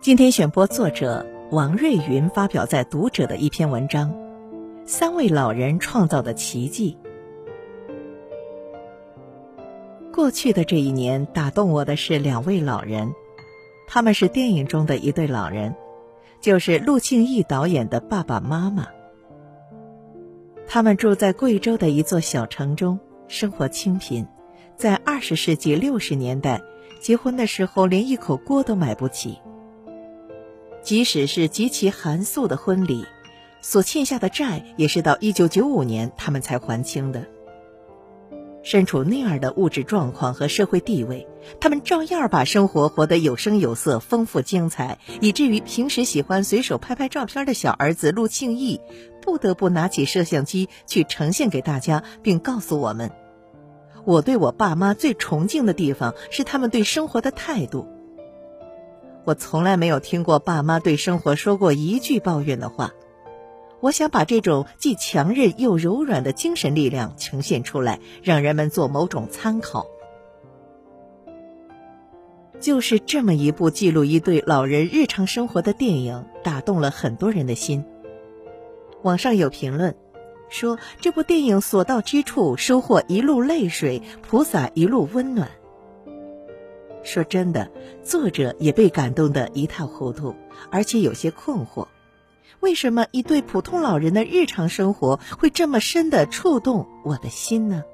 今天选播作者王瑞云发表在《读者》的一篇文章《三位老人创造的奇迹》。过去的这一年，打动我的是两位老人，他们是电影中的一对老人，就是陆庆义导演的爸爸妈妈。他们住在贵州的一座小城中，生活清贫，在20世纪60年代，结婚的时候连一口锅都买不起。即使是极其寒素的婚礼，所欠下的债也是到1995年他们才还清的。身处那样的物质状况和社会地位，他们照样把生活活得有声有色、丰富精彩，以至于平时喜欢随手拍拍照片的小儿子陆庆义不得不拿起摄像机去呈现给大家，并告诉我们，我对我爸妈最崇敬的地方是他们对生活的态度。我从来没有听过爸妈对生活说过一句抱怨的话。我想把这种既强韧又柔软的精神力量呈现出来，让人们做某种参考。就是这么一部记录一对老人日常生活的电影，打动了很多人的心。网上有评论说，这部电影所到之处收获一路泪水，菩萨一路温暖。说真的，作者也被感动得一塌糊涂，而且有些困惑。为什么一对普通老人的日常生活会这么深地触动我的心呢？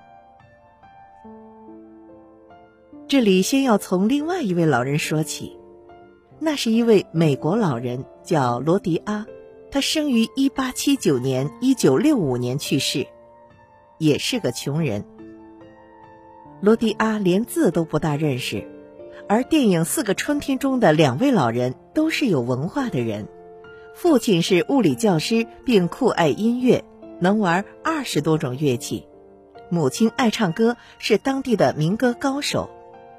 这里先要从另外一位老人说起，那是一位美国老人，叫罗迪阿，他生于1879年，1965年去世，也是个穷人。罗迪阿连字都不大认识，而电影《四个春天》中的两位老人都是有文化的人。父亲是物理教师，并酷爱音乐，能玩20多种乐器。母亲爱唱歌，是当地的民歌高手。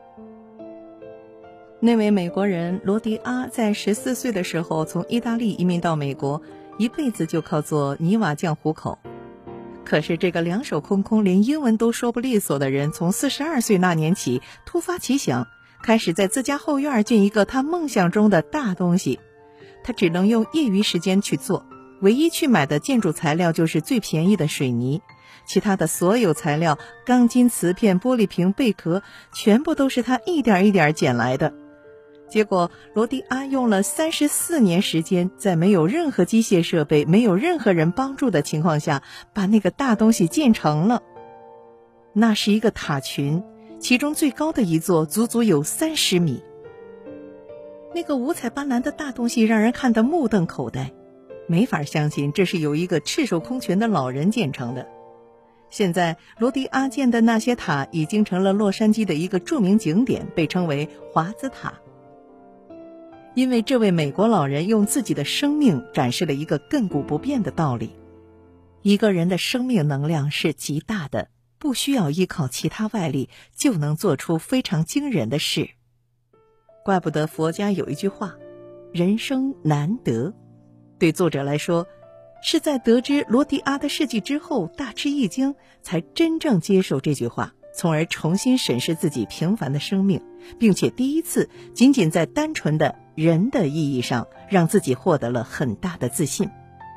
那位美国人罗迪阿在14岁的时候从意大利移民到美国，一辈子就靠做泥瓦匠糊口。可是这个两手空空，连英文都说不利索的人，从42岁那年起突发奇想，开始在自家后院建一个他梦想中的大东西。他只能用业余时间去做，唯一去买的建筑材料就是最便宜的水泥，其他的所有材料，钢筋、瓷片、玻璃瓶、贝壳，全部都是他一点一点捡来的。结果罗迪阿用了34年时间，在没有任何机械设备、没有任何人帮助的情况下，把那个大东西建成了。那是一个塔群，其中最高的一座足足有30米。那个五彩斑斓的大东西让人看得目瞪口呆，没法相信这是由一个赤手空拳的老人建成的。现在罗迪阿建的那些塔已经成了洛杉矶的一个著名景点，被称为华兹塔。因为这位美国老人用自己的生命展示了一个亘古不变的道理：一个人的生命能量是极大的，不需要依靠其他外力就能做出非常惊人的事。怪不得佛家有一句话，人生难得。对作者来说，是在得知罗迪阿的事迹之后大吃一惊，才真正接受这句话，从而重新审视自己平凡的生命，并且第一次仅仅在单纯的人的意义上，让自己获得了很大的自信。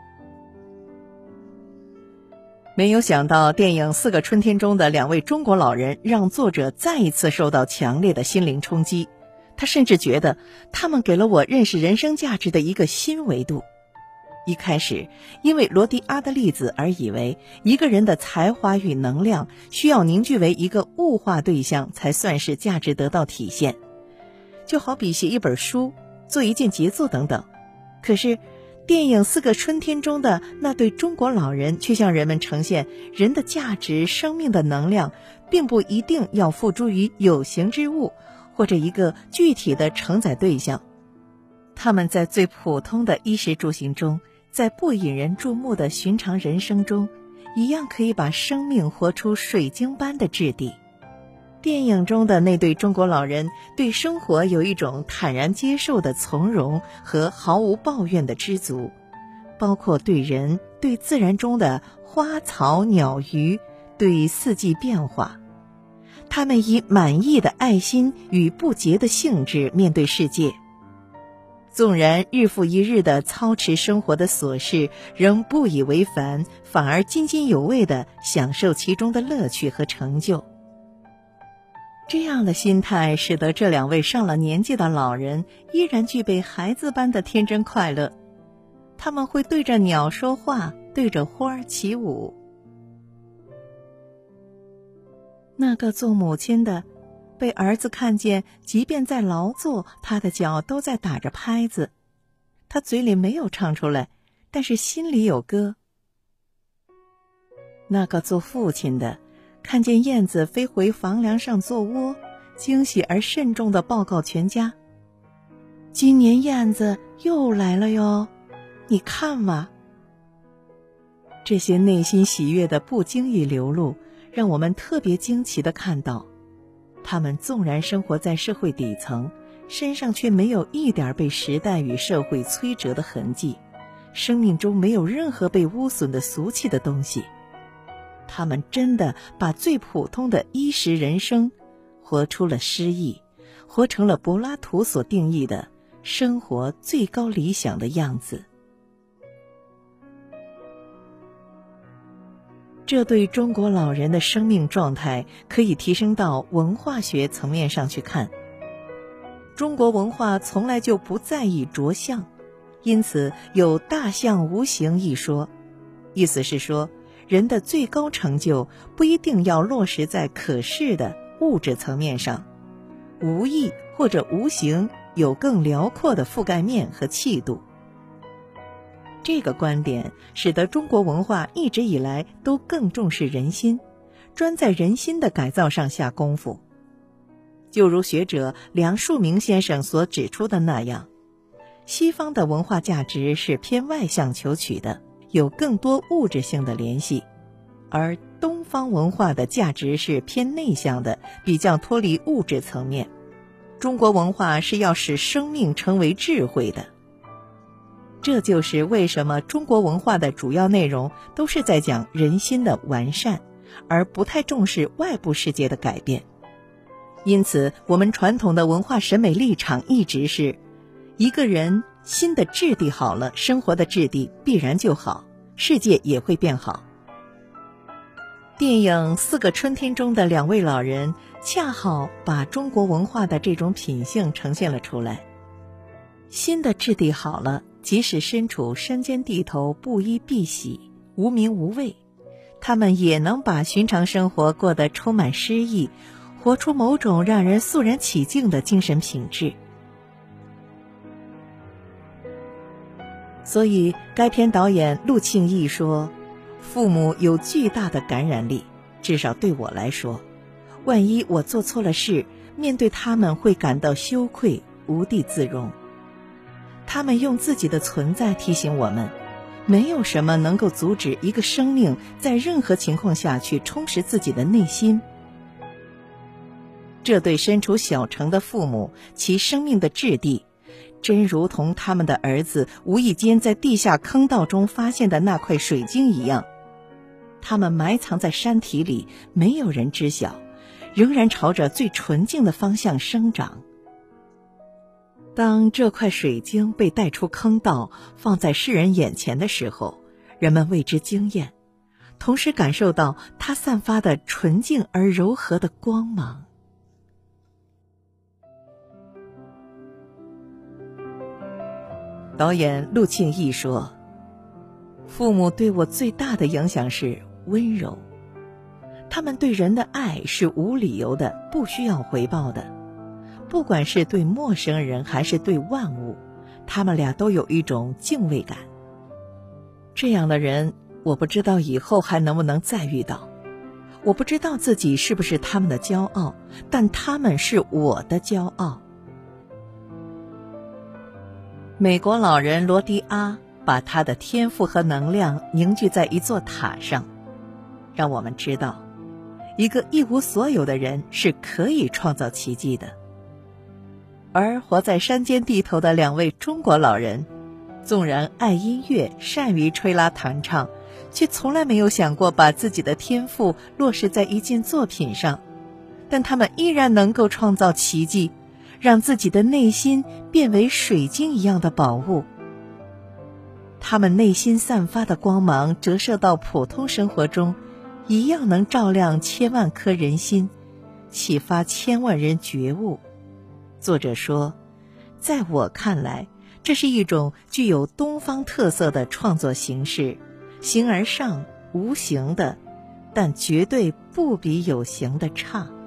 没有想到电影《四个春天》中的两位中国老人，让作者再一次受到强烈的心灵冲击。他甚至觉得他们给了我认识人生价值的一个新维度。一开始因为罗迪阿的例子而以为一个人的才华与能量需要凝聚为一个物化对象才算是价值得到体现，就好比写一本书、做一件杰作等等。可是电影《四个春天》中的那对中国老人却向人们呈现，人的价值、生命的能量并不一定要付诸于有形之物或者一个具体的承载对象。他们在最普通的衣食住行中，在不引人注目的寻常人生中，一样可以把生命活出水晶般的质地。电影中的那对中国老人对生活有一种坦然接受的从容和毫无抱怨的知足，包括对人、对自然中的花草鸟鱼、对四季变化。他们以满意的爱心与不竭的兴致面对世界。 纵然日复一日的操持生活的琐事，仍不以为烦，反而津津有味地享受其中的乐趣和成就。这样的心态使得这2位上了年纪的老人依然具备孩子般的天真快乐。他们会对着鸟说话，对着花儿起舞。那个做母亲的被儿子看见，即便在劳作，他的脚都在打着拍子。他嘴里没有唱出来，但是心里有歌。那个做父亲的看见燕子飞回房梁上做窝，惊喜而慎重地报告全家：今年燕子又来了哟，你看嘛。这些内心喜悦的不经意流露，让我们特别惊奇地看到，他们纵然生活在社会底层，身上却没有一点被时代与社会摧折的痕迹，生命中没有任何被污损的俗气的东西。他们真的把最普通的衣食人生活出了诗意，活成了柏拉图所定义的生活最高理想的样子。这对中国老人的生命状态可以提升到文化学层面上去看。中国文化从来就不在意着相，因此有大相无形一说，意思是说，人的最高成就不一定要落实在可视的物质层面上，无意或者无形有更辽阔的覆盖面和气度。这个观点使得中国文化一直以来都更重视人心，专在人心的改造上下功夫。就如学者梁漱溟先生所指出的那样，西方的文化价值是偏外向求取的，有更多物质性的联系，而东方文化的价值是偏内向的，比较脱离物质层面。中国文化是要使生命成为智慧的。这就是为什么中国文化的主要内容都是在讲人心的完善，而不太重视外部世界的改变。因此，我们传统的文化审美立场一直是，一个人心的质地好了，生活的质地必然就好，世界也会变好。电影《四个春天》中的2位老人恰好把中国文化的这种品性呈现了出来。心的质地好了，即使身处山间地头，不依不喜，无名无位，他们也能把寻常生活过得充满诗意，活出某种让人肃然起敬的精神品质。所以该片导演陆庆义说，父母有巨大的感染力，至少对我来说，万一我做错了事，面对他们会感到羞愧，无地自容。他们用自己的存在提醒我们，没有什么能够阻止一个生命在任何情况下去充实自己的内心。这对身处小城的父母，其生命的质地，真如同他们的儿子无意间在地下坑道中发现的那块水晶一样，他们埋藏在山体里，没有人知晓，仍然朝着最纯净的方向生长。当这块水晶被带出坑道，放在世人眼前的时候，人们为之惊艳，同时感受到它散发的纯净而柔和的光芒。导演陆庆义说，父母对我最大的影响是温柔，他们对人的爱是无理由的，不需要回报的。不管是对陌生人还是对万物，他们俩都有一种敬畏感。这样的人，我不知道以后还能不能再遇到，我不知道自己是不是他们的骄傲，但他们是我的骄傲。美国老人罗迪阿把他的天赋和能量凝聚在一座塔上，让我们知道，一个一无所有的人是可以创造奇迹的。而活在山间地头的2位中国老人，纵然爱音乐，善于吹拉弹唱，却从来没有想过把自己的天赋落实在一件作品上，但他们依然能够创造奇迹，让自己的内心变为水晶一样的宝物。他们内心散发的光芒折射到普通生活中，一样能照亮千万颗人心，启发千万人觉悟。作者说，在我看来，这是一种具有东方特色的创作形式，形而上，无形的，但绝对不比有形的差。